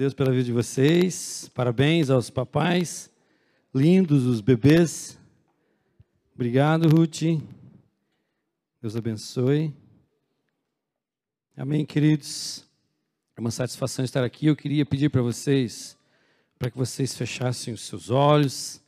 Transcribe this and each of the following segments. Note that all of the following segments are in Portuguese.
Deus pela vida de vocês. Parabéns aos papais. Lindos os bebês. Obrigado, Ruth. Deus abençoe. Amém, queridos. É uma satisfação estar aqui. Eu queria pedir para vocês, para que vocês fechassem os seus olhos.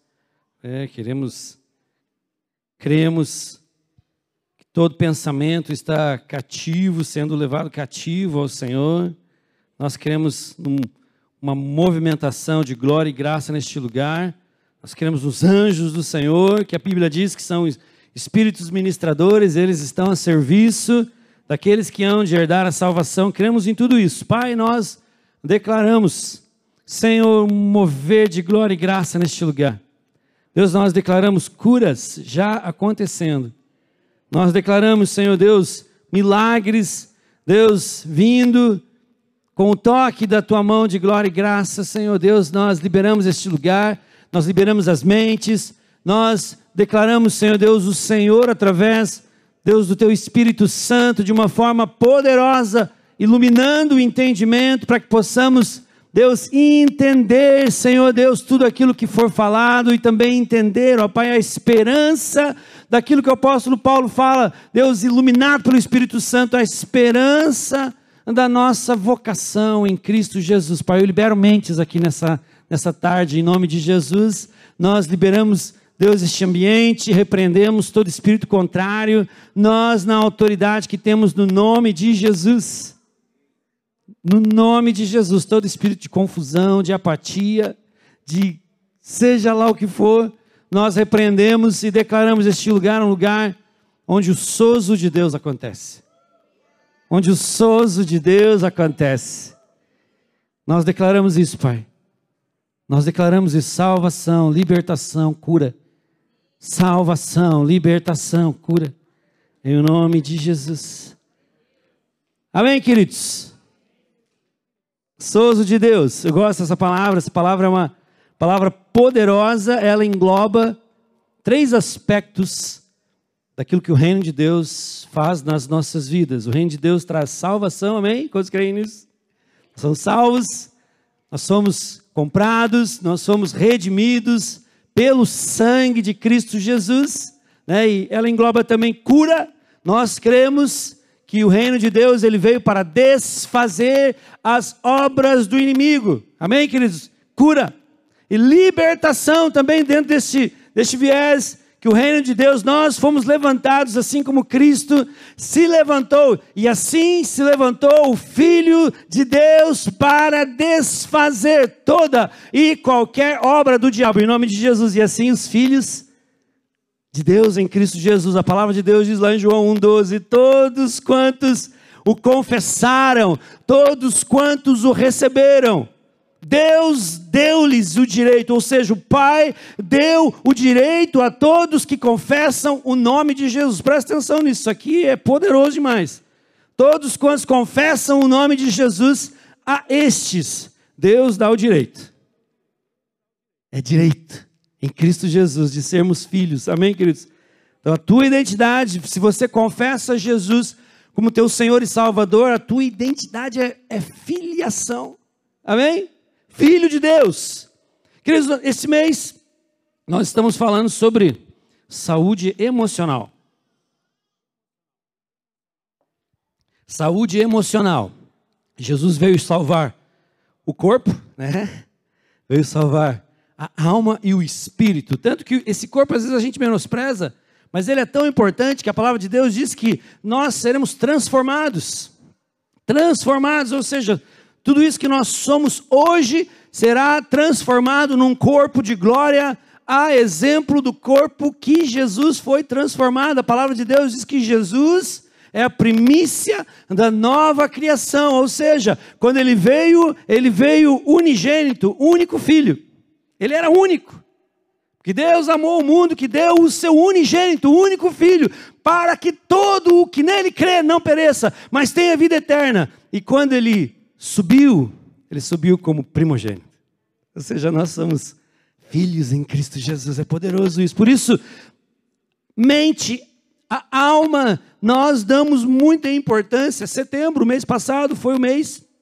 Cremos que todo pensamento está cativo, sendo levado cativo ao Senhor. Nós queremos uma movimentação de glória e graça neste lugar. Nós queremos os anjos do Senhor, que a Bíblia diz que são espíritos ministradores, eles estão a serviço daqueles que hão de herdar a salvação. Cremos em tudo isso. Pai, nós declaramos, Senhor, um mover de glória e graça neste lugar. Deus, nós declaramos curas já acontecendo. Nós declaramos, Senhor Deus, milagres, Deus, vindo com o toque da Tua mão de glória e graça. Senhor Deus, nós liberamos este lugar, nós liberamos as mentes, nós declaramos, Senhor Deus, o Senhor através, Deus, do Teu Espírito Santo, de uma forma poderosa, iluminando o entendimento para que possamos, Deus, entender, Senhor Deus, tudo aquilo que for falado e também entender, ó Pai, a esperança daquilo que o apóstolo Paulo fala, Deus, iluminado pelo Espírito Santo, a esperança da nossa vocação em Cristo Jesus. Pai, eu libero mentes aqui nessa tarde, em nome de Jesus. Nós liberamos, Deus, este ambiente, repreendemos todo espírito contrário, nós na autoridade que temos no nome de Jesus. No nome de Jesus, todo espírito de confusão, de apatia, de seja lá o que for, nós repreendemos e declaramos este lugar um lugar onde o sozo de Deus acontece. Onde o sozo de Deus acontece. Nós declaramos isso, Pai. Nós declaramos isso, salvação, libertação, cura. Salvação, libertação, cura. Em nome de Jesus. Amém, queridos? Sozo de Deus. Eu gosto dessa palavra. Essa palavra é uma palavra poderosa. Ela engloba 3 aspectos daquilo que o reino de Deus faz nas nossas vidas. O reino de Deus traz salvação, amém? Quantos creem nisso? Nós somos salvos, nós somos comprados, nós somos redimidos pelo sangue de Cristo Jesus, né? E ela engloba também cura. Nós cremos que o reino de Deus, ele veio para desfazer as obras do inimigo, amém, queridos? Cura e libertação também dentro deste viés, que o reino de Deus, nós fomos levantados assim como Cristo se levantou, e assim se levantou o Filho de Deus para desfazer toda e qualquer obra do diabo, em nome de Jesus. E assim os filhos de Deus em Cristo Jesus, a palavra de Deus diz lá em João 1,12, todos quantos o confessaram, todos quantos o receberam, Deus deu-lhes o direito, ou seja, o Pai deu o direito a todos que confessam o nome de Jesus. Presta atenção nisso, isso aqui é poderoso demais. Todos quantos confessam o nome de Jesus, a estes Deus dá o direito. É direito em Cristo Jesus de sermos filhos, amém, queridos? Então a tua identidade, se você confessa Jesus como teu Senhor e Salvador, a tua identidade é filiação, amém? Filho de Deus. Queridos, esse mês nós estamos falando sobre saúde emocional. Saúde emocional. Jesus veio salvar o corpo, né? Veio salvar a alma e o espírito. Tanto que esse corpo às vezes a gente menospreza, mas ele é tão importante que a palavra de Deus diz que nós seremos transformados. Transformados, ou seja, tudo isso que nós somos hoje será transformado num corpo de glória, a exemplo do corpo que Jesus foi transformado. A palavra de Deus diz que Jesus é a primícia da nova criação, ou seja, quando ele veio unigênito, único filho. Ele era único. Que Deus amou o mundo, que deu o seu unigênito, o único filho, para que todo o que nele crê não pereça, mas tenha vida eterna. E quando ele subiu como primogênito. Ou seja, nós somos filhos em Cristo Jesus. É poderoso isso. Por isso, mente, a alma, nós damos muita importância. Setembro, mês passado, foi o mês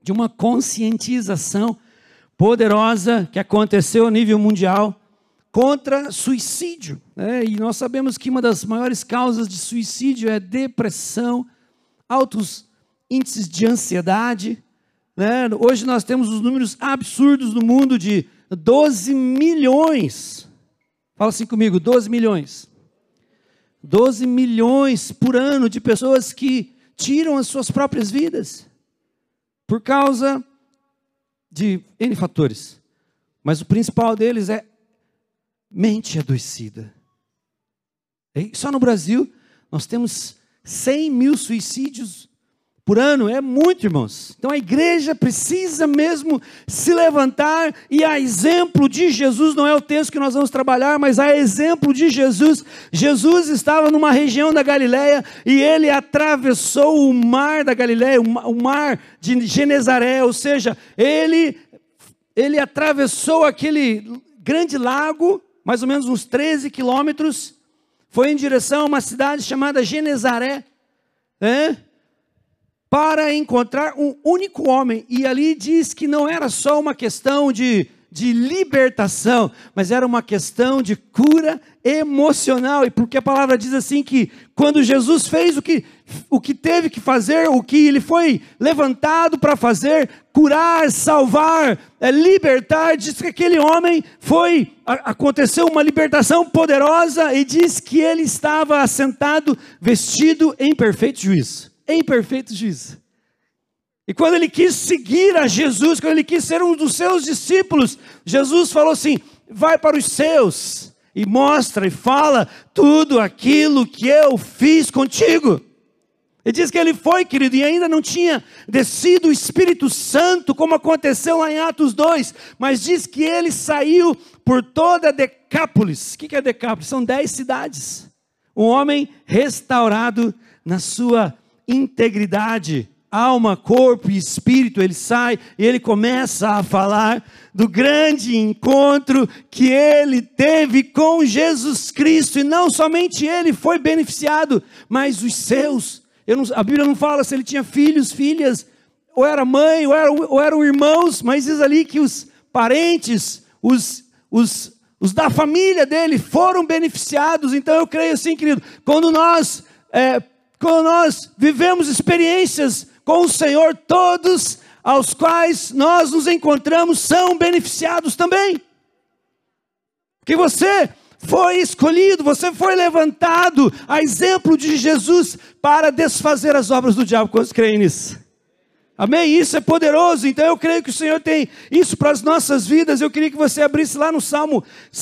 de uma conscientização poderosa que aconteceu a nível mundial contra suicídio, né? E nós sabemos que uma das maiores causas de suicídio é depressão, altos índices de ansiedade, né? Hoje nós temos os números absurdos no mundo de 12 milhões, fala assim comigo, 12 milhões. 12 milhões por ano de pessoas que tiram as suas próprias vidas por causa de N fatores. Mas o principal deles é mente adoecida. E só no Brasil nós temos 100 mil suicídios por ano. É muito, irmãos. Então a igreja precisa mesmo se levantar, e a exemplo de Jesus, não é o texto que nós vamos trabalhar, mas a exemplo de Jesus. Jesus estava numa região da Galileia e ele atravessou o mar da Galileia, o mar de Genezaré, ou seja, ele atravessou aquele grande lago, mais ou menos uns 13 quilômetros, foi em direção a uma cidade chamada Genezaré, para encontrar um único homem. E ali diz que não era só uma questão de libertação, mas era uma questão de cura emocional. E porque a palavra diz assim que quando Jesus fez o que teve que fazer, o que ele foi levantado para fazer, curar, salvar, libertar, diz que aquele homem aconteceu uma libertação poderosa, e diz que ele estava assentado, vestido em perfeito juízo. Em perfeito juízo. E quando ele quis seguir a Jesus, quando ele quis ser um dos seus discípulos, Jesus falou assim: vai para os seus e mostra e fala tudo aquilo que eu fiz contigo. Ele diz que ele foi, querido, e ainda não tinha descido o Espírito Santo, como aconteceu lá em Atos 2, mas diz que ele saiu por toda Decápolis. O que é Decápolis? São 10 cidades. Um homem restaurado na sua integridade, alma, corpo e espírito. Ele sai e ele começa a falar do grande encontro que ele teve com Jesus Cristo, e não somente ele foi beneficiado, mas os seus. A Bíblia não fala se ele tinha filhos, filhas, ou era mãe, ou eram irmãos, mas diz ali que os parentes, os da família dele foram beneficiados. Então eu creio assim, querido, quando nós vivemos experiências com o Senhor, todos aos quais nós nos encontramos são beneficiados também. Porque você foi escolhido, você foi levantado a exemplo de Jesus para desfazer as obras do diabo. Quantos creem nisso? Amém? Isso é poderoso. Então eu creio que o Senhor tem isso para as nossas vidas. Eu queria que você abrisse lá no Salmo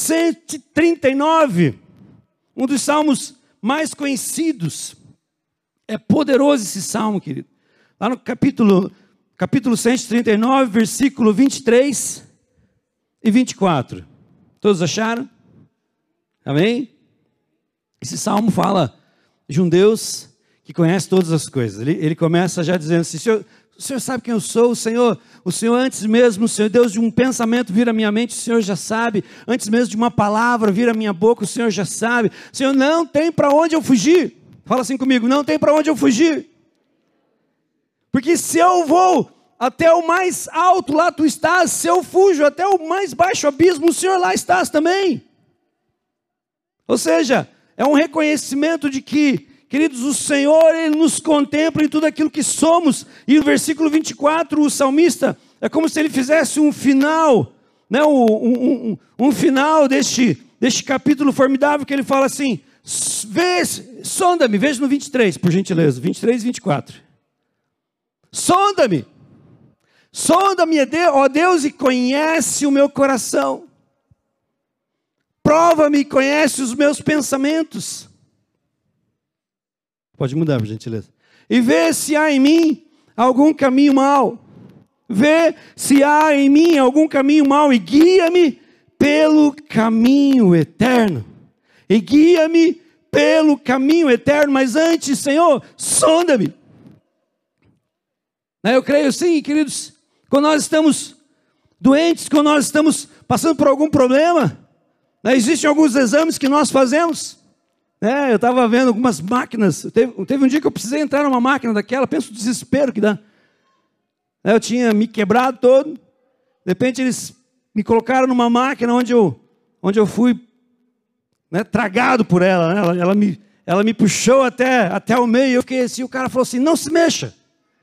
139, um dos salmos mais conhecidos. É poderoso esse salmo, querido. Lá no capítulo 139, versículo 23 e 24. Todos acharam? Amém? Esse salmo fala de um Deus que conhece todas as coisas. Ele começa já dizendo assim: o Senhor sabe quem eu sou, o Senhor antes mesmo, o Senhor, Deus, de um pensamento vir à minha mente, o Senhor já sabe. Antes mesmo de uma palavra vir à minha boca, o Senhor já sabe. O Senhor, não tem para onde eu fugir. Fala assim comigo: não tem para onde eu fugir. Porque se eu vou até o mais alto, lá tu estás. Se eu fujo até o mais baixo abismo, o Senhor lá estás também. Ou seja, é um reconhecimento de que, queridos, o Senhor, Ele nos contempla em tudo aquilo que somos. E no versículo 24, o salmista, é como se ele fizesse um final, né? um final deste capítulo formidável, que ele fala assim: sonda-me, veja no 23, por gentileza, 23 e 24. Sonda-me, ó Deus, e conhece o meu coração. Prova-me e conhece os meus pensamentos. Pode mudar, por gentileza. E vê se há em mim algum caminho mau. Vê se há em mim algum caminho mau e guia-me pelo caminho eterno. E guia-me pelo caminho eterno. Mas antes, Senhor, sonda-me. Eu creio sim, queridos, quando nós estamos doentes, quando nós estamos passando por algum problema, existem alguns exames que nós fazemos. Eu estava vendo algumas máquinas. Teve um dia que eu precisei entrar numa máquina daquela. Pensa o desespero que dá. Eu tinha me quebrado todo. De repente eles me colocaram numa máquina onde eu fui, né, tragado por ela. Né? Ela me puxou até o meio. Eu fiquei assim, o cara falou assim, não se mexa.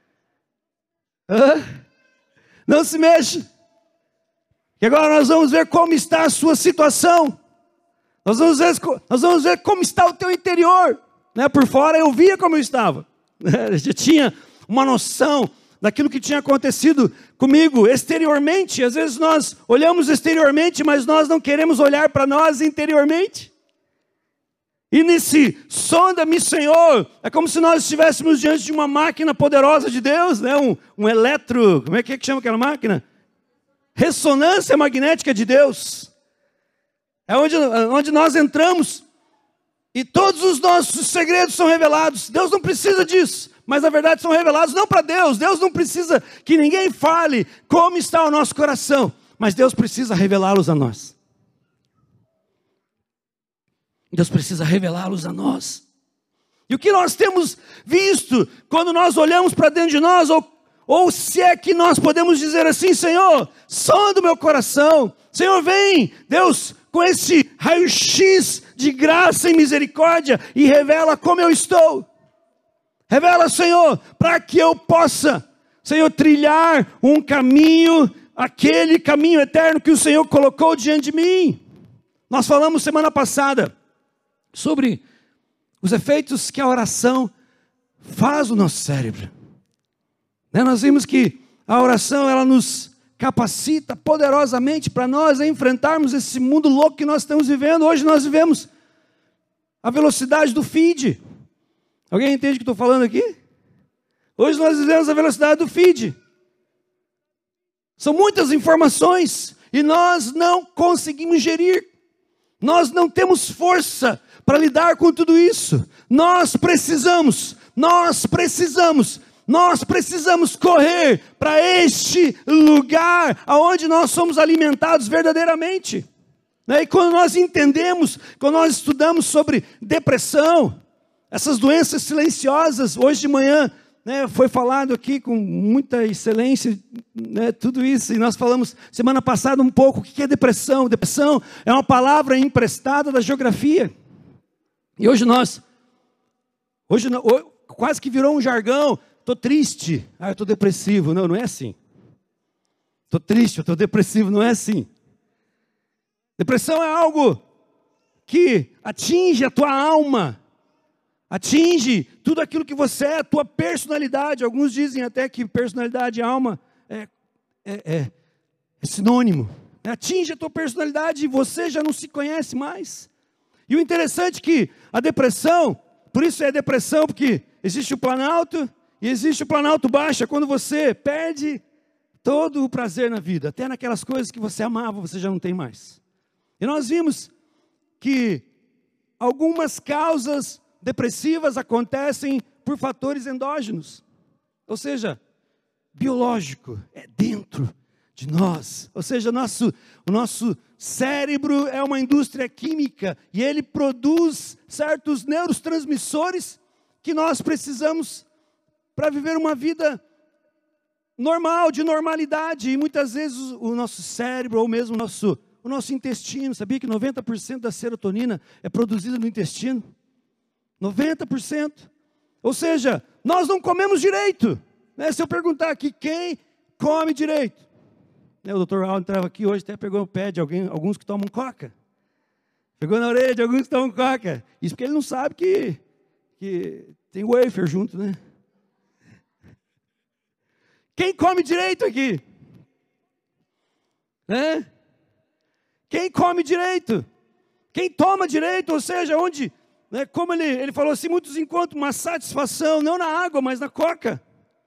Não se mexa. E agora nós vamos ver como está a sua situação. Nós vamos ver como está o teu interior. Né? Por fora eu via como eu estava. Eu já tinha uma noção daquilo que tinha acontecido comigo exteriormente. Às vezes nós olhamos exteriormente, mas nós não queremos olhar para nós interiormente. E nesse sonda-me, Senhor, é como se nós estivéssemos diante de uma máquina poderosa de Deus, né? um eletro, como é que chama aquela máquina? Ressonância magnética de Deus. É onde nós entramos e todos os nossos segredos são revelados. Deus não precisa disso, mas na verdade são revelados não para Deus. Deus não precisa que ninguém fale como está o nosso coração, mas Deus precisa revelá-los a nós. Deus precisa revelá-los a nós. E o que nós temos visto quando nós olhamos para dentro de nós, ou se é que nós podemos dizer assim, Senhor, sonda o meu coração. Senhor, vem, Deus, com esse raio-x de graça e misericórdia e revela como eu estou. Revela, Senhor, para que eu possa, Senhor, trilhar um caminho, aquele caminho eterno que o Senhor colocou diante de mim. Nós falamos semana passada sobre os efeitos que a oração faz no nosso cérebro. Nós vimos que a oração, ela nos capacita poderosamente para nós enfrentarmos esse mundo louco que nós estamos vivendo. Hoje nós vivemos a velocidade do feed. Alguém entende o que estou falando aqui? Hoje nós vivemos a velocidade do feed. São muitas informações e nós não conseguimos gerir. Nós não temos força para lidar com tudo isso. Nós precisamos correr para este lugar onde nós somos alimentados verdadeiramente. E quando nós entendemos, quando nós estudamos sobre depressão, essas doenças silenciosas, hoje de manhã, foi falado aqui com muita excelência, tudo isso, e nós falamos semana passada um pouco o que é depressão. Depressão é uma palavra emprestada da geografia. E hoje quase que virou um jargão. Estou triste, eu estou depressivo. Não é assim. Estou triste, eu estou depressivo, não é assim. Depressão é algo que atinge a tua alma, atinge tudo aquilo que você é, a tua personalidade. Alguns dizem até que personalidade e alma é sinônimo. Atinge a tua personalidade e você já não se conhece mais. E o interessante é que a depressão, por isso é depressão, porque existe o planalto e existe o planalto baixo. É quando você perde todo o prazer na vida, até naquelas coisas que você amava, você já não tem mais. E nós vimos que algumas causas depressivas acontecem por fatores endógenos, ou seja, biológico, é dentro de nós. Ou seja, o nosso cérebro é uma indústria química e ele produz certos neurotransmissores que nós precisamos para viver uma vida normal, de normalidade. E muitas vezes o nosso cérebro, ou mesmo o nosso intestino, sabia que 90% da serotonina é produzida no intestino? 90%. Ou seja, nós não comemos direito. Se eu perguntar aqui, quem come direito? O Dr. Raul entrava aqui hoje, até pegou o pé de alguns que tomam coca. Pegou na orelha de alguns que tomam coca. Isso porque ele não sabe que tem wafer junto, né? Quem come direito aqui? Quem come direito? Quem toma direito? Ou seja, onde, como ele falou assim, muitos encontram uma satisfação, não na água, mas na coca.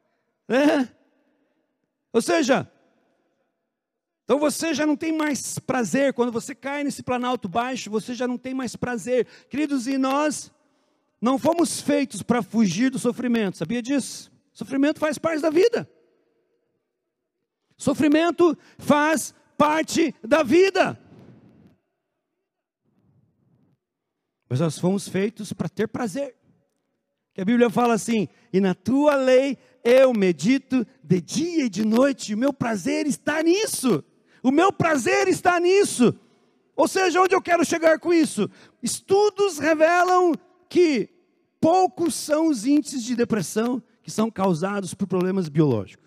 Ou seja, então você já não tem mais prazer. Quando você cai nesse planalto baixo, você já não tem mais prazer. Queridos, e nós não fomos feitos para fugir do sofrimento. Sabia disso? Sofrimento faz parte da vida. Sofrimento faz parte da vida. Mas nós fomos feitos para ter prazer. Que a Bíblia fala assim: e na tua lei eu medito de dia e de noite, o meu prazer está nisso. O meu prazer está nisso. Ou seja, onde eu quero chegar com isso? Estudos revelam que poucos são os índices de depressão que são causados por problemas biológicos.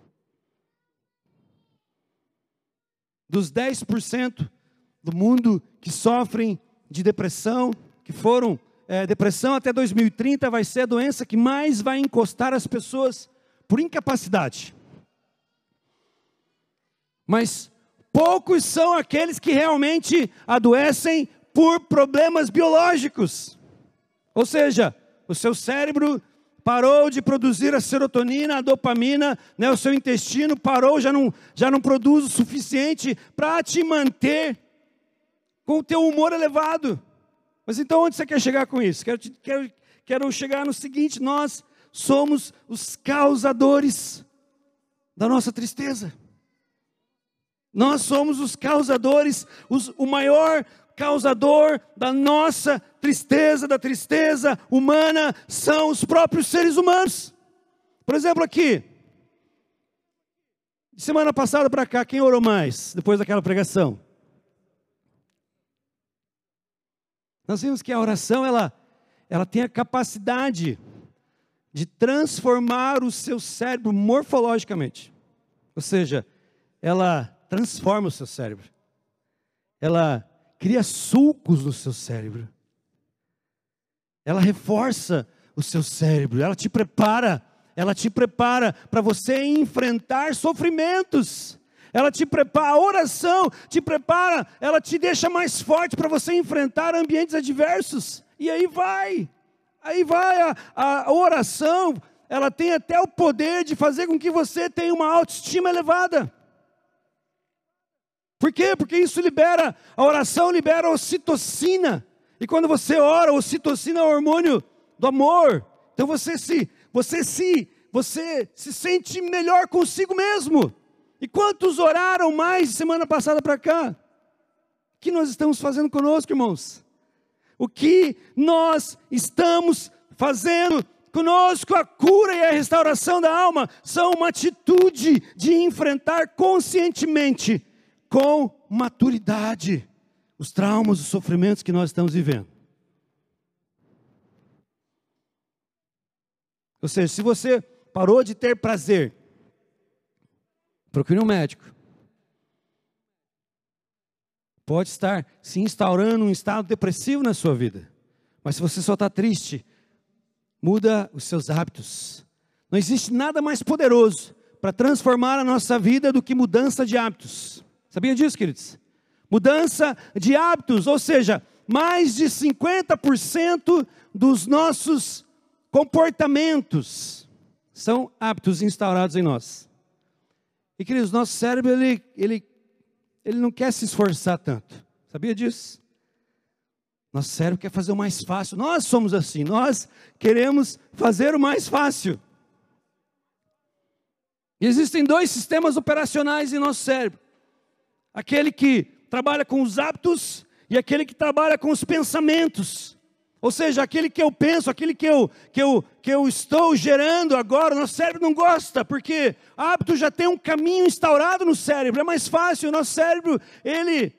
Dos 10% do mundo que sofrem de depressão, que foram depressão até 2030, vai ser a doença que mais vai encostar as pessoas por incapacidade. Mas poucos são aqueles que realmente adoecem por problemas biológicos. Ou seja, o seu cérebro parou de produzir a serotonina, a dopamina, né? O seu intestino parou, já não produz o suficiente para te manter com o teu humor elevado. Mas então onde você quer chegar com isso? Quero chegar no seguinte: nós somos os causadores da nossa tristeza. Nós somos os causadores, o maior causador da nossa tristeza, da tristeza humana, são os próprios seres humanos. Por exemplo, aqui, de semana passada para cá, quem orou mais depois daquela pregação? Nós vimos que a oração, ela tem a capacidade de transformar o seu cérebro morfologicamente. Ou seja, ela transforma o seu cérebro. Ela cria sulcos no seu cérebro. Ela reforça o seu cérebro. Ela te prepara para você enfrentar sofrimentos. Ela te prepara, a oração te prepara, ela te deixa mais forte para você enfrentar ambientes adversos. E aí vai a oração, ela tem até o poder de fazer com que você tenha uma autoestima elevada. Por quê? Porque a oração libera ocitocina. E quando você ora, a ocitocina é o hormônio do amor. Então você se sente melhor consigo mesmo. E quantos oraram mais de semana passada para cá? O que nós estamos fazendo conosco, irmãos? O que nós estamos fazendo conosco? A cura e a restauração da alma são uma atitude de enfrentar conscientemente, com maturidade, os traumas, os sofrimentos que nós estamos vivendo. Ou seja, se você parou de ter prazer, procure um médico. Pode estar se instaurando um estado depressivo na sua vida. Mas se você só está triste, muda os seus hábitos. Não existe nada mais poderoso para transformar a nossa vida do que mudança de hábitos. Sabia disso, queridos? Mudança de hábitos, ou seja, mais de 50% dos nossos comportamentos são hábitos instaurados em nós. E, queridos, nosso cérebro, ele não quer se esforçar tanto. Sabia disso? Nosso cérebro quer fazer o mais fácil. Nós somos assim, nós queremos fazer o mais fácil. E existem dois sistemas operacionais em nosso cérebro. Aquele que trabalha com os hábitos e aquele que trabalha com os pensamentos. Ou seja, aquele que eu penso, aquele que eu estou gerando agora, o nosso cérebro não gosta, porque hábito já tem um caminho instaurado no cérebro, é mais fácil. O nosso cérebro, ele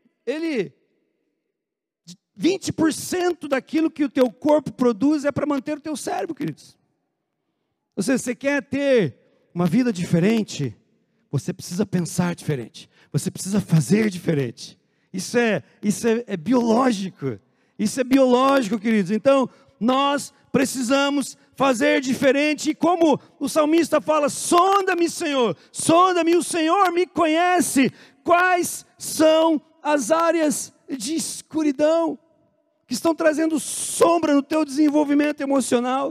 20% daquilo que o teu corpo produz é para manter o teu cérebro, queridos. Ou seja, você quer ter uma vida diferente, você precisa pensar diferente, você precisa fazer diferente. Isso é biológico. Isso é biológico, queridos. Então, nós precisamos fazer diferente. E como o salmista fala: sonda-me, Senhor, sonda-me, o Senhor me conhece. Quais são as áreas de escuridão que estão trazendo sombra no teu desenvolvimento emocional?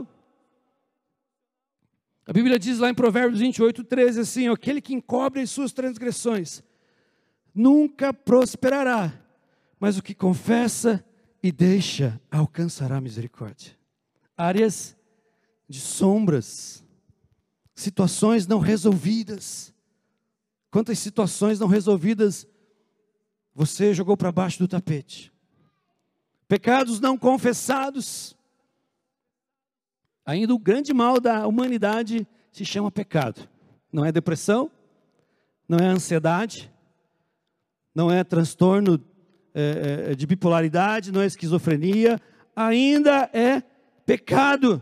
A Bíblia diz lá em Provérbios 28:13 assim: aquele que encobre as suas transgressões nunca prosperará, mas o que confessa e deixa alcançará misericórdia. Áreas de sombras, situações não resolvidas. Quantas situações não resolvidas você jogou para baixo do tapete? Pecados não confessados. Ainda o grande mal da humanidade se chama pecado. Não é depressão, não é ansiedade, não é transtorno de bipolaridade, não é esquizofrenia, ainda é pecado.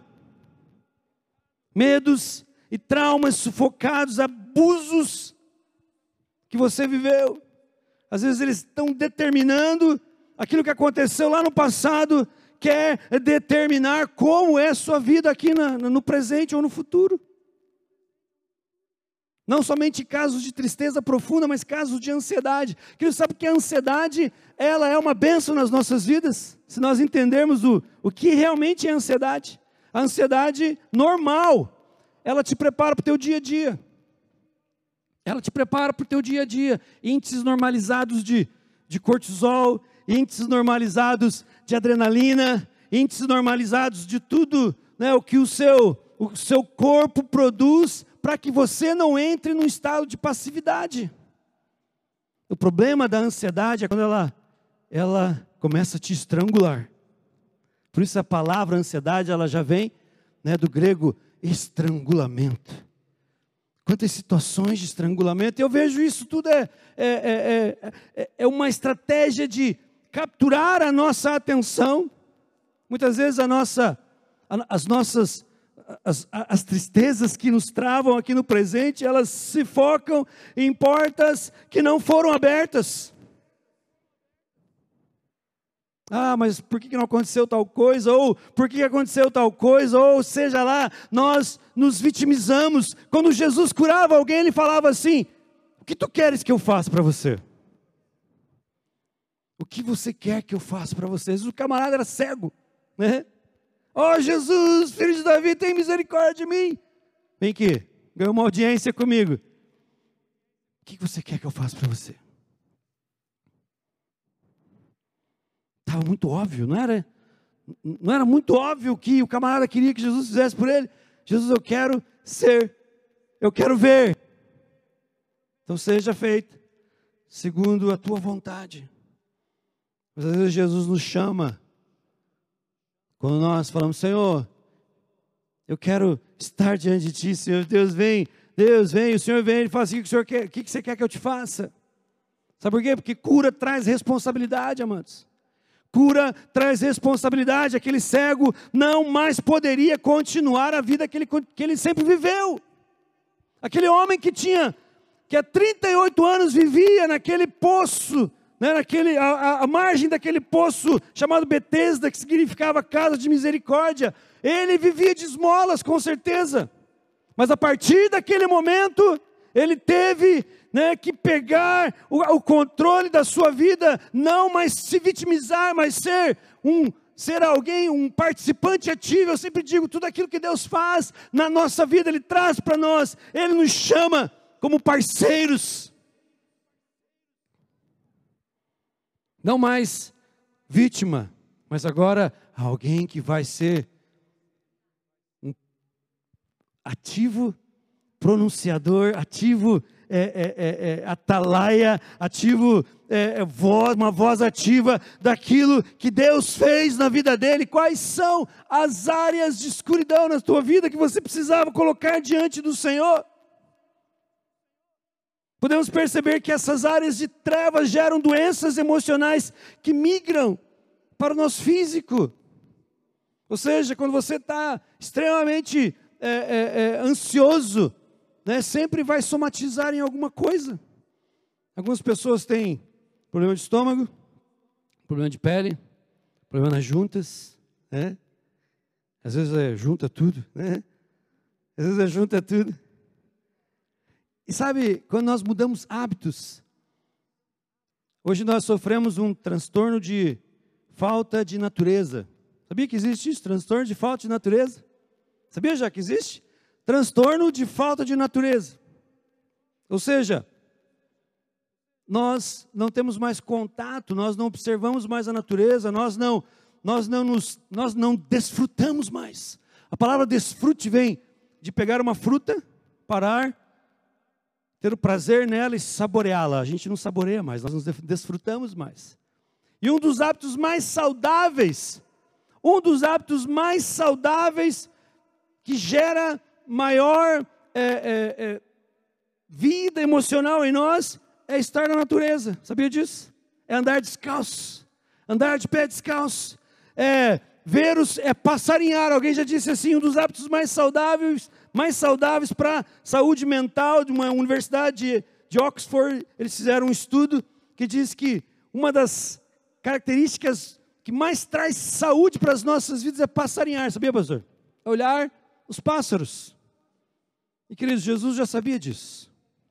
Medos e traumas sufocados, abusos que você viveu. Às vezes eles estão determinando aquilo que aconteceu lá no passado, quer determinar como é a sua vida aqui no presente ou no futuro. Não somente casos de tristeza profunda, mas casos de ansiedade. Querido, sabe que a ansiedade, ela é uma bênção nas nossas vidas? Se nós entendermos o que realmente é ansiedade. A ansiedade normal, ela te prepara para o teu dia a dia. Ela te prepara para o teu dia a dia. Índices normalizados de cortisol, índices normalizados de adrenalina, índices normalizados de tudo, né, o que o seu corpo produz para que você não entre num estado de passividade. O problema da ansiedade é quando ela começa a te estrangular. Por isso a palavra ansiedade, ela já vem, né, do grego estrangulamento. Quantas situações de estrangulamento, eu vejo isso tudo é uma estratégia de capturar a nossa atenção. Muitas vezes as tristezas que nos travam aqui no presente, elas se focam em portas que não foram abertas. Ah, mas por que não aconteceu tal coisa? Ou por que aconteceu tal coisa? Ou seja lá, nós nos vitimizamos. Quando Jesus curava alguém, ele falava assim: o que tu queres que eu faça para você? O que você quer que eu faça para você? O camarada era cego, né? Ó, Jesus, filho de Davi, tem misericórdia de mim. Vem aqui, ganhou uma audiência comigo. O que você quer que eu faça para você? Estava muito óbvio, não era? Não era muito óbvio que o camarada queria que Jesus fizesse por ele? Jesus, eu quero ver. Então seja feito segundo a tua vontade. Mas às vezes Jesus nos chama, quando nós falamos: Senhor, eu quero estar diante de Ti, Senhor. Deus vem, o Senhor vem, Ele fala assim: o que você quer que eu te faça? Sabe por quê? Porque cura traz responsabilidade, amados. Cura traz responsabilidade. Aquele cego não mais poderia continuar a vida que ele sempre viveu. Aquele homem que há 38 anos vivia naquele poço, né, a margem daquele poço chamado Betesda, que significava casa de misericórdia. Ele vivia de esmolas, com certeza. Mas a partir daquele momento, ele teve, né, que pegar o controle da sua vida, não mais se vitimizar, mas ser alguém, um participante ativo. Eu sempre digo, tudo aquilo que Deus faz na nossa vida, Ele traz para nós. Ele nos chama como parceiros. Não mais vítima, mas agora alguém que vai ser um ativo, pronunciador, ativo, atalaia, ativo, uma voz ativa daquilo que Deus fez na vida dele. Quais são as áreas de escuridão na tua vida que você precisava colocar diante do Senhor? Podemos perceber que essas áreas de trevas geram doenças emocionais que migram para o nosso físico. Ou seja, quando você está extremamente ansioso, né, sempre vai somatizar em alguma coisa. Algumas pessoas têm problema de estômago, problema de pele, problema nas juntas, né? Às vezes junta tudo, né? Às vezes junta tudo. E sabe, quando nós mudamos hábitos, hoje nós sofremos um transtorno de falta de natureza. Sabia que existe isso? Transtorno de falta de natureza? Sabia já que existe? Transtorno de falta de natureza. Ou seja, nós não temos mais contato, nós não observamos mais a natureza, nós não desfrutamos mais. A palavra desfrute vem de pegar uma fruta, parar, ter o prazer nela e saboreá-la. A gente não saboreia mais, nós nos desfrutamos mais. E um dos hábitos mais saudáveis que gera maior vida emocional em nós é estar na natureza. Sabia disso? É andar descalço, andar de pé descalço, passarinhar. Alguém já disse assim, um dos hábitos mais saudáveis para a saúde mental, de uma universidade de Oxford, eles fizeram um estudo que diz que uma das características que mais traz saúde para as nossas vidas é passarinhar. Sabia, pastor? É olhar os pássaros. E, queridos, Jesus já sabia disso.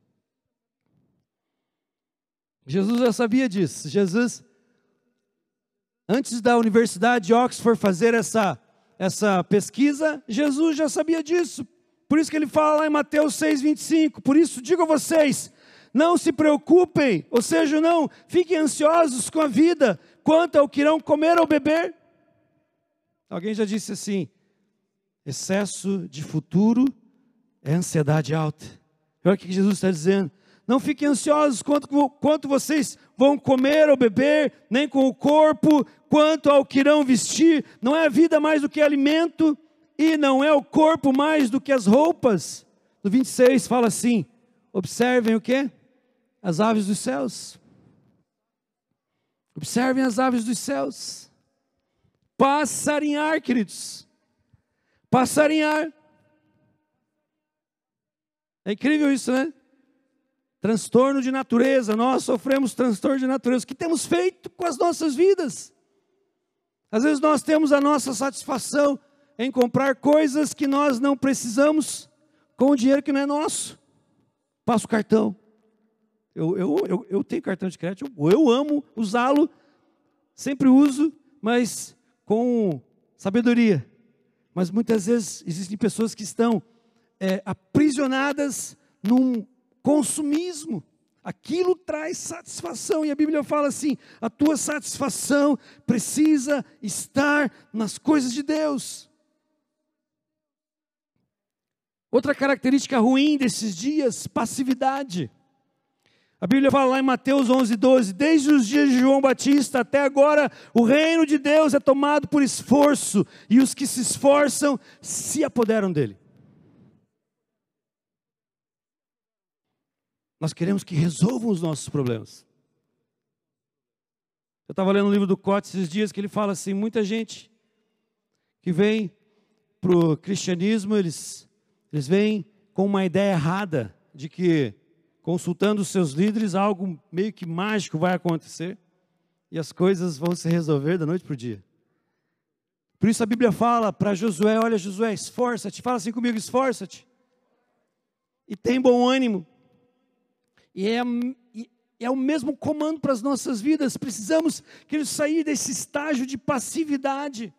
Jesus já sabia disso. Jesus, antes da Universidade de Oxford fazer essa pesquisa, Jesus já sabia disso. Por isso que ele fala lá em Mateus 6,25, por isso digo a vocês, não se preocupem, ou seja, não fiquem ansiosos com a vida, quanto ao que irão comer ou beber. Alguém já disse assim, excesso de futuro é ansiedade alta. Olha o que Jesus está dizendo. Não fiquem ansiosos quanto vocês vão comer ou beber, nem com o corpo, quanto ao que irão vestir. Não é a vida mais do que alimento, e não é o corpo mais do que as roupas. No 26 fala assim, observem o quê? As aves dos céus. Observem as aves dos céus. Passarinhar, queridos. Passarinhar. É incrível isso, né? Transtorno de natureza. Nós sofremos transtorno de natureza. O que temos feito com as nossas vidas? Às vezes nós temos a nossa satisfação em comprar coisas que nós não precisamos com o dinheiro que não é nosso. Passa o cartão. Eu tenho cartão de crédito, eu amo usá-lo, sempre uso, mas com sabedoria. Mas muitas vezes existem pessoas que estão aprisionadas num consumismo. Aquilo traz satisfação, e a Bíblia fala assim, a tua satisfação precisa estar nas coisas de Deus. Outra característica ruim desses dias, passividade. A Bíblia fala lá em Mateus 11:12, desde os dias de João Batista até agora, o reino de Deus é tomado por esforço, e os que se esforçam se apoderam dele. Nós queremos que resolvam os nossos problemas. Eu estava lendo um livro do Cotes esses dias, que ele fala assim, muita gente que vem para o cristianismo, eles vêm com uma ideia errada, de que consultando os seus líderes, algo meio que mágico vai acontecer, e as coisas vão se resolver da noite para o dia. Por isso a Bíblia fala para Josué, olha Josué, esforça-te, fala assim comigo, esforça-te, e tem bom ânimo. E é o mesmo comando para as nossas vidas. Precisamos sair desse estágio de passividade.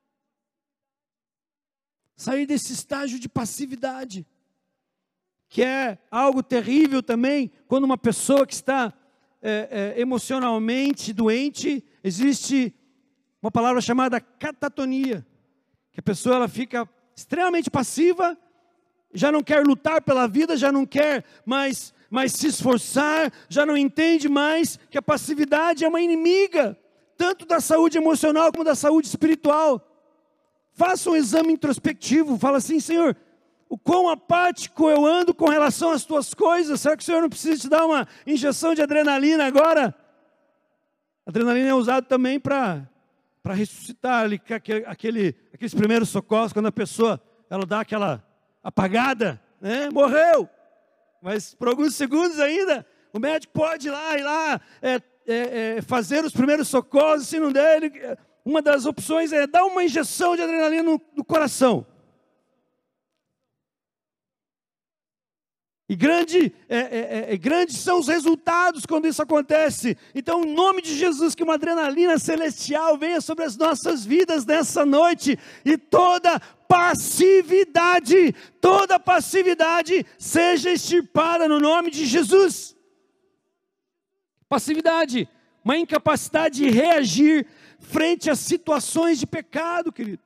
Sair desse estágio de passividade. Que é algo terrível também, quando uma pessoa que está emocionalmente doente, existe uma palavra chamada catatonia. Que a pessoa ela fica extremamente passiva, já não quer lutar pela vida, já não quer mais se esforçar, já não entende mais que a passividade é uma inimiga, tanto da saúde emocional como da saúde espiritual. Faça um exame introspectivo, fala assim, Senhor, o quão apático eu ando com relação às tuas coisas, será que o Senhor não precisa te dar uma injeção de adrenalina agora? A adrenalina é usada também para ressuscitar ali, aqueles primeiros socorros, quando a pessoa ela dá aquela apagada, né? Morreu. Mas por alguns segundos ainda, o médico pode ir lá fazer os primeiros socorros, se não der, uma das opções é dar uma injeção de adrenalina no coração. E grandes são os resultados quando isso acontece. Então, em nome de Jesus, que uma adrenalina celestial venha sobre as nossas vidas nessa noite, e toda passividade seja extirpada no nome de Jesus. Passividade, uma incapacidade de reagir frente a situações de pecado, querido.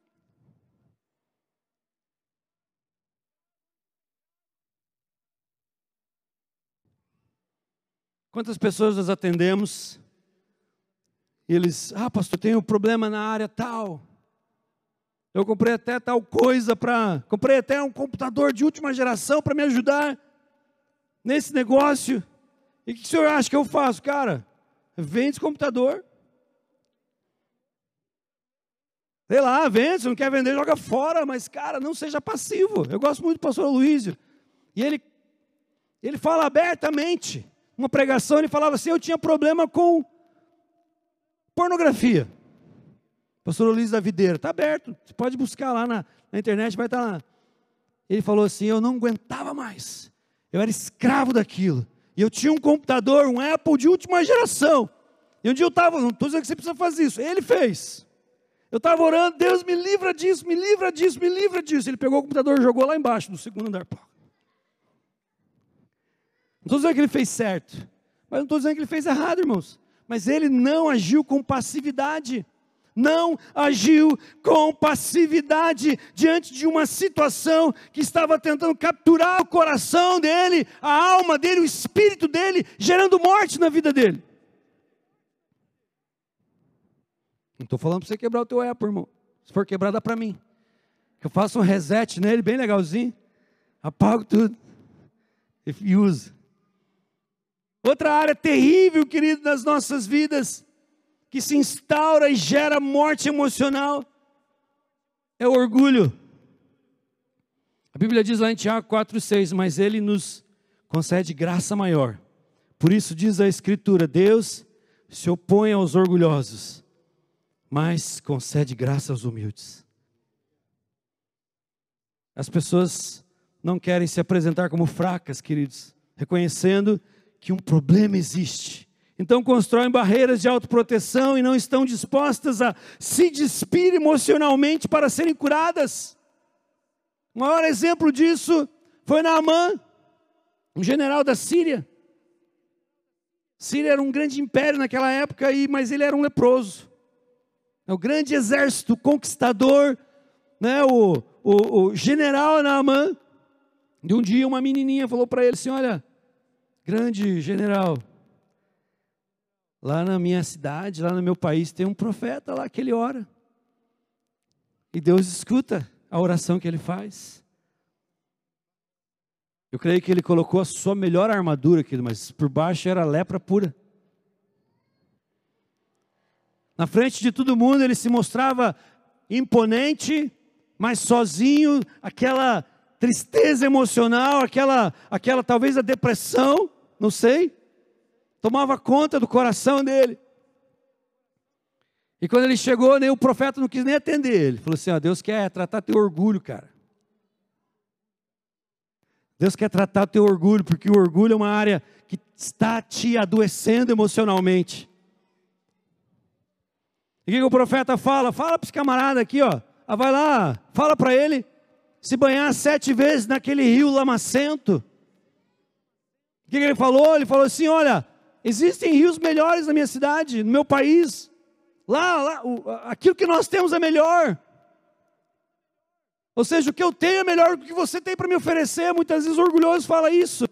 Quantas pessoas nós atendemos, e eles, pastor, tem um problema na área tal. Eu comprei até tal coisa comprei até um computador de última geração para me ajudar nesse negócio. E o que o senhor acha que eu faço? Cara, vende esse computador. Sei lá, vende, se não quer vender, joga fora. Mas, cara, não seja passivo. Eu gosto muito do pastor Luísio. E ele fala abertamente. Uma pregação, ele falava assim, eu tinha problema com pornografia. Pastor Luiz da Videira, está aberto, você pode buscar lá na internet, vai estar lá. Ele falou assim, eu não aguentava mais, eu era escravo daquilo, e eu tinha um computador, um Apple de última geração, e um dia eu estava, não estou dizendo que você precisa fazer isso, ele fez, eu estava orando, Deus me livra disso, me livra disso, me livra disso, ele pegou o computador e jogou lá embaixo, no segundo andar. Não estou dizendo que ele fez certo, mas não estou dizendo que ele fez errado, irmãos, mas ele não agiu com passividade, não agiu com passividade diante de uma situação que estava tentando capturar o coração dele, a alma dele, o espírito dele, gerando morte na vida dele. Não estou falando para você quebrar o teu Apple, irmão. Se for quebrar, dá para mim. Eu faço um reset nele, bem legalzinho, apago tudo e uso. Outra área terrível, querido, nas nossas vidas, que se instaura e gera morte emocional, é o orgulho. A Bíblia diz lá em Tiago 4,6, mas Ele nos concede graça maior. Por isso diz a Escritura, Deus se opõe aos orgulhosos, mas concede graça aos humildes. As pessoas não querem se apresentar como fracas, queridos, reconhecendo que um problema existe. Então constroem barreiras de autoproteção e não estão dispostas a se despir emocionalmente para serem curadas. O maior exemplo disso foi Naamã, um general da Síria. Síria era um grande império naquela época, mas ele era um leproso. O grande exército conquistador, né, o general Naamã. De um dia uma menininha falou para ele assim, olha, grande general, lá na minha cidade, lá no meu país, tem um profeta lá que ele ora. E Deus escuta a oração que ele faz. Eu creio que ele colocou a sua melhor armadura, querido, mas por baixo era lepra pura. Na frente de todo mundo ele se mostrava imponente, mas sozinho, aquela tristeza emocional, aquela talvez a depressão, não sei, tomava conta do coração dele. E quando ele chegou, nem o profeta não quis nem atender ele. Falou assim, ó, Deus quer tratar teu orgulho, cara. Deus quer tratar teu orgulho, porque o orgulho é uma área que está te adoecendo emocionalmente. E o que o profeta fala? Fala para esse camarada aqui, ó. Vai lá, fala para ele se banhar 7 vezes naquele rio lamacento. O que ele falou? Ele falou assim, olha, existem rios melhores na minha cidade, no meu país. Lá, aquilo que nós temos é melhor. Ou seja, o que eu tenho é melhor do que você tem para me oferecer. Muitas vezes o orgulhoso fala isso.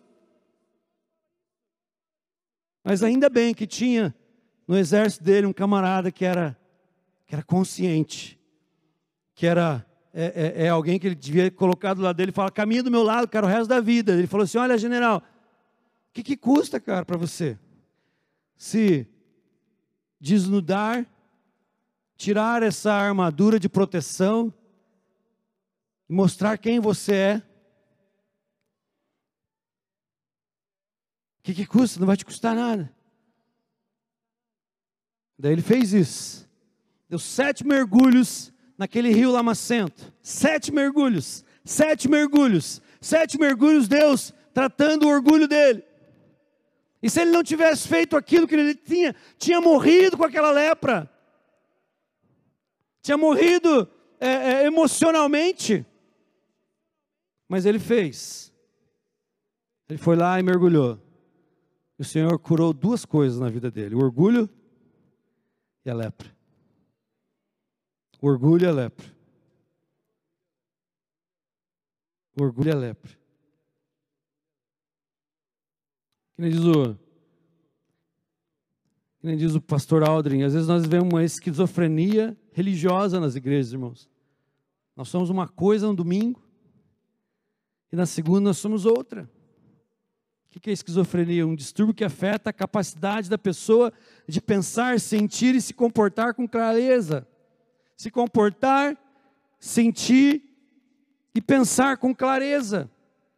Mas ainda bem que tinha no exército dele um camarada que era consciente, que era alguém que ele devia colocar do lado dele e falar, caminha do meu lado, cara, o resto da vida. Ele falou assim, olha general, o que custa, cara, para você se desnudar, tirar essa armadura de proteção e mostrar quem você é? O que custa? Não vai te custar nada. Daí ele fez isso. Deu 7 mergulhos naquele rio lamacento. 7 mergulhos. 7 mergulhos. 7 mergulhos, Deus tratando o orgulho dele. E se ele não tivesse feito aquilo que ele tinha morrido com aquela lepra. Tinha morrido emocionalmente. Mas ele fez. Ele foi lá e mergulhou. E o Senhor curou 2 coisas na vida dele. O orgulho e a lepra. O orgulho e a lepra. O orgulho e a lepra. Que nem diz o pastor Aldrin, às vezes nós vemos uma esquizofrenia religiosa nas igrejas, irmãos. Nós somos uma coisa no domingo e na segunda nós somos outra. O que é esquizofrenia? Um distúrbio que afeta a capacidade da pessoa de pensar, sentir e se comportar com clareza. Se comportar, sentir e pensar com clareza.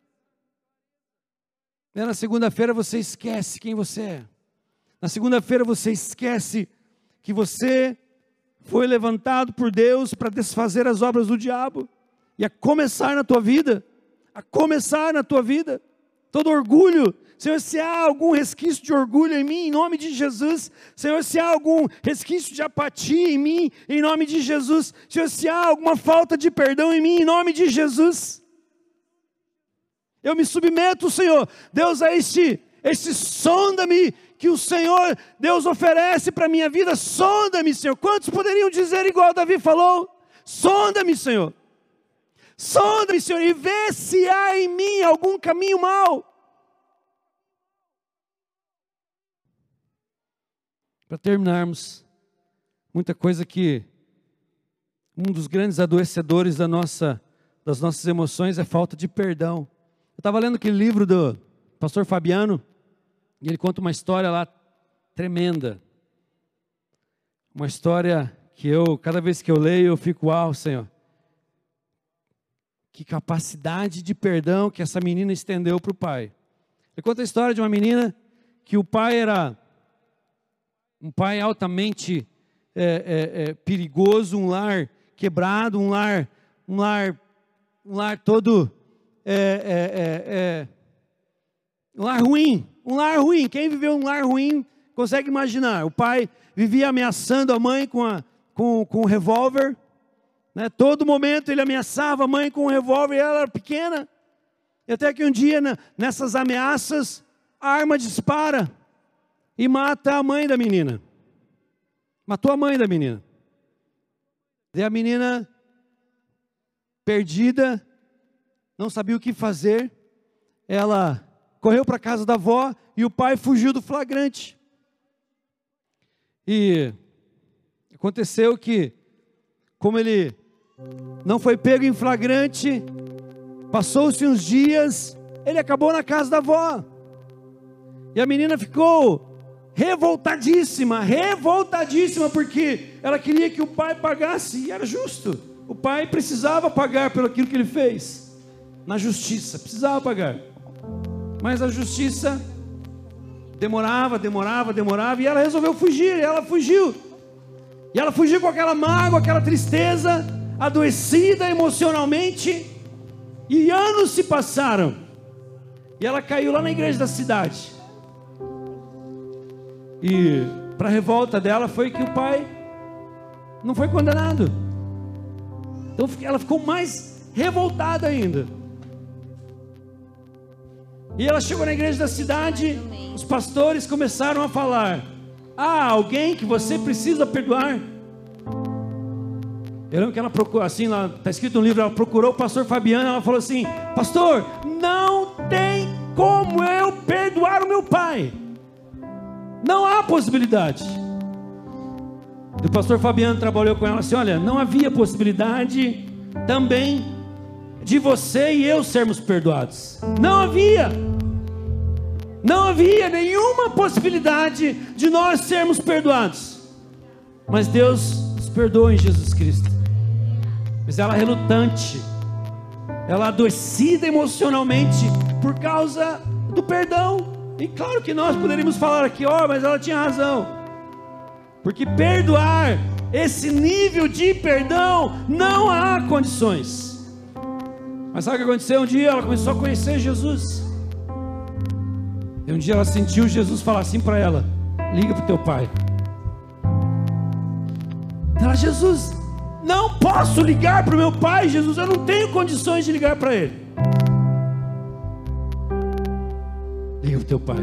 Na segunda-feira você esquece quem você é. Na segunda-feira você esquece que você foi levantado por Deus para desfazer as obras do diabo e a começar na tua vida. A começar na tua vida. Todo orgulho, Senhor, se há algum resquício de orgulho em mim, em nome de Jesus. Senhor, se há algum resquício de apatia em mim, em nome de Jesus. Senhor, se há alguma falta de perdão em mim, em nome de Jesus. Eu me submeto, Senhor, Deus, a este sonda-me que o Senhor, Deus, oferece para a minha vida. Sonda-me, Senhor. Quantos poderiam dizer igual Davi falou? Sonda-me, Senhor. Sonda-me, Senhor, e vê se há em mim algum caminho mau. Para terminarmos, muita coisa que um dos grandes adoecedores das nossas emoções é falta de perdão. Eu estava lendo aquele livro do pastor Fabiano, e ele conta uma história lá tremenda. Uma história que cada vez que eu leio, eu fico, uau, Senhor. Que capacidade de perdão que essa menina estendeu para o pai. Ele conta a história de uma menina que o pai era um pai altamente perigoso, um lar quebrado, um lar todo um lar ruim. Quem viveu um lar ruim consegue imaginar. O pai vivia ameaçando a mãe com um revólver. Né? Todo momento ele ameaçava a mãe com um revólver e ela era pequena. E até que um dia, nessas ameaças, a arma dispara e mata a mãe da menina. Matou a mãe da menina. E a menina, perdida, não sabia o que fazer. Ela correu para a casa da avó e o pai fugiu do flagrante. E aconteceu que, como ele não foi pego em flagrante, passou-se uns dias, ele acabou na casa da avó. E a menina ficou revoltadíssima, porque ela queria que o pai pagasse, e era justo. O pai precisava pagar pelo aquilo que ele fez. Na justiça, precisava pagar. Mas a justiça demorava, e ela resolveu fugir, e ela fugiu. E ela fugiu com aquela mágoa, aquela tristeza, adoecida emocionalmente. E anos se passaram. E ela caiu lá na igreja da cidade. E para a revolta dela foi que o pai não foi condenado. Então ela ficou mais revoltada ainda. E ela chegou na igreja da cidade. Os pastores começaram a falar: há alguém que você precisa perdoar. Eu lembro que ela procurou, assim, está escrito no livro, ela procurou o pastor Fabiano. Ela falou assim: pastor, não tem como eu perdoar o meu pai. Não há possibilidade. E o pastor Fabiano trabalhou com ela assim: olha, não havia possibilidade também de você e eu sermos perdoados. Não havia nenhuma possibilidade de nós sermos perdoados. Mas Deus nos perdoa em Jesus Cristo. Mas ela relutante, ela adoecida emocionalmente por causa do perdão. E claro que nós poderíamos falar aqui, mas ela tinha razão. Porque perdoar, esse nível de perdão, não há condições. Mas sabe o que aconteceu? Um dia ela começou a conhecer Jesus. E um dia ela sentiu Jesus falar assim para ela: liga para o teu pai. Ela: Jesus, não posso ligar para o meu pai, Jesus, eu não tenho condições de ligar para ele. Liga para o teu pai.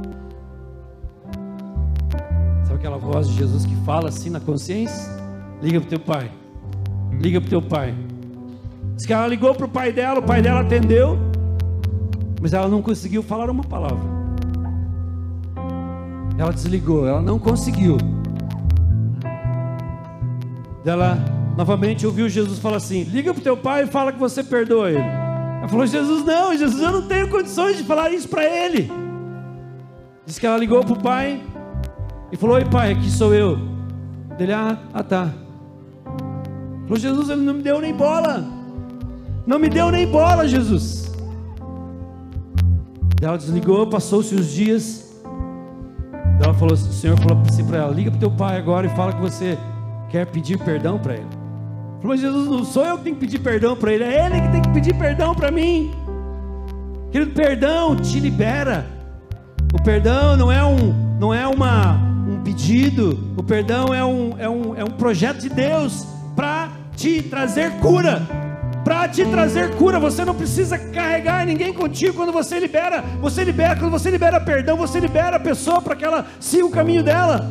Sabe aquela voz de Jesus que fala assim na consciência? Liga para o teu pai. Liga para o teu pai. Diz que ela ligou para o pai dela atendeu, mas ela não conseguiu falar uma palavra. Ela desligou, ela não conseguiu. Ela novamente ouviu Jesus falar assim: liga para o teu pai e fala que você perdoa ele. Ela falou: Jesus, eu não tenho condições de falar isso para ele. Diz que ela ligou para o pai e falou: oi pai, aqui sou eu. Ele: tá. Falou: Jesus, ele não me deu nem bola. Não me deu nem bola, Jesus. Ela desligou, passou-se os dias. Ela falou, o Senhor falou assim para ela: liga para o teu pai agora e fala que você quer pedir perdão para ele. Falou: mas Jesus, não sou eu que tenho que pedir perdão para ele, é ele que tem que pedir perdão para mim. Querido, perdão te libera. O perdão não é um pedido. O perdão é um projeto de Deus para te trazer cura. Para te trazer cura. Você não precisa carregar ninguém contigo. Quando você libera, quando você libera perdão, você libera a pessoa para que ela siga o caminho dela.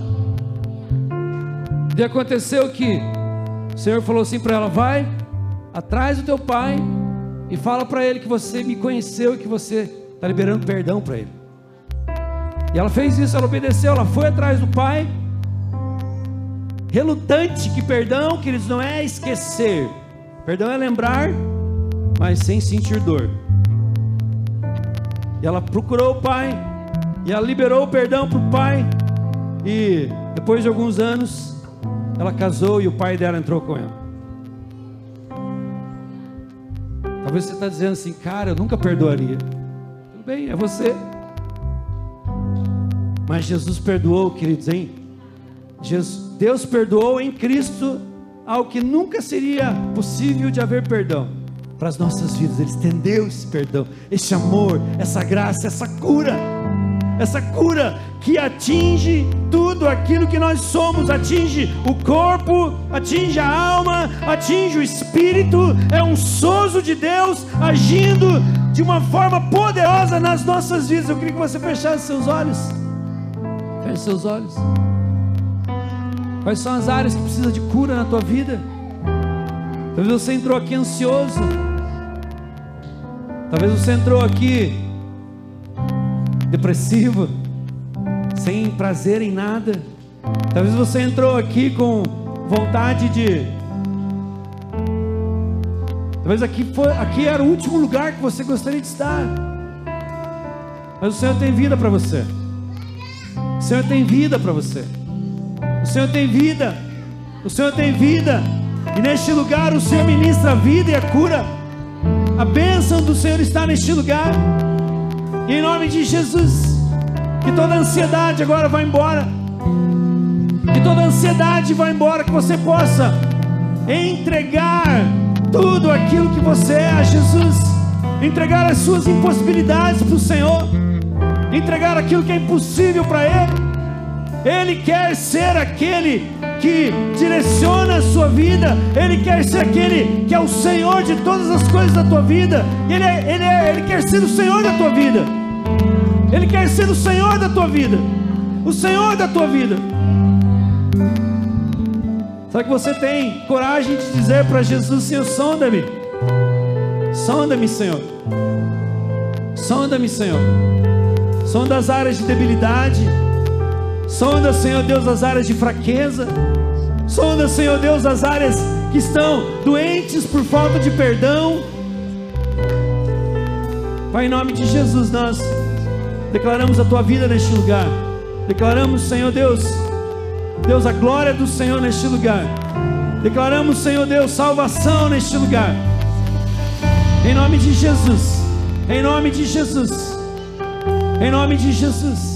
E aconteceu que o Senhor falou assim para ela: vai atrás do teu pai e fala para ele que você me conheceu e que você está liberando perdão para ele. E ela fez isso, ela obedeceu, ela foi atrás do pai, relutante. Que perdão, queridos, não é esquecer. Perdão é lembrar, mas sem sentir dor. E ela procurou o pai, e ela liberou o perdão para o pai. E depois de alguns anos, ela casou e o pai dela entrou com ela. Talvez você está dizendo assim: cara, eu nunca perdoaria. Tudo bem, é você. Mas Jesus perdoou, queridos, hein? Deus perdoou em Cristo ao que nunca seria possível de haver perdão para as nossas vidas. Ele estendeu esse perdão, esse amor, essa graça, essa cura que atinge tudo aquilo que nós somos, atinge o corpo, atinge a alma, atinge o espírito. É um sozo de Deus agindo de uma forma poderosa nas nossas vidas. Eu queria que você fechasse seus olhos. Feche seus olhos. Quais são as áreas que precisa de cura na tua vida? Talvez você entrou aqui ansioso. Talvez você entrou aqui depressivo, sem prazer em nada. Talvez você entrou aqui com vontade de... Talvez aqui era o último lugar que você gostaria de estar. Mas o Senhor tem vida para você. O Senhor tem vida para você. O Senhor tem vida. O Senhor tem vida. E neste lugar o Senhor ministra a vida e a cura. A bênção do Senhor está neste lugar. E em nome de Jesus, que toda ansiedade agora vá embora. Que toda ansiedade vá embora. Que você possa entregar tudo aquilo que você é a Jesus. Entregar as suas impossibilidades para o Senhor. Entregar aquilo que é impossível para Ele. Ele quer ser aquele que direciona a sua vida. Ele quer ser aquele que é o Senhor de todas as coisas da tua vida. Ele quer ser o Senhor da tua vida. Ele quer ser o Senhor da tua vida. O Senhor da tua vida. Será que você tem coragem de dizer para Jesus: Senhor, sonda-me. Sonda-me, Senhor. Sonda-me, Senhor. Sonda as áreas de debilidade. Sonda, Senhor Deus, as áreas de fraqueza. Sonda, Senhor Deus, as áreas que estão doentes por falta de perdão. Pai, em nome de Jesus, nós declaramos a Tua vida neste lugar. Declaramos, Senhor Deus, a glória do Senhor neste lugar. Declaramos, Senhor Deus, salvação neste lugar. Em nome de Jesus. Em nome de Jesus. Em nome de Jesus.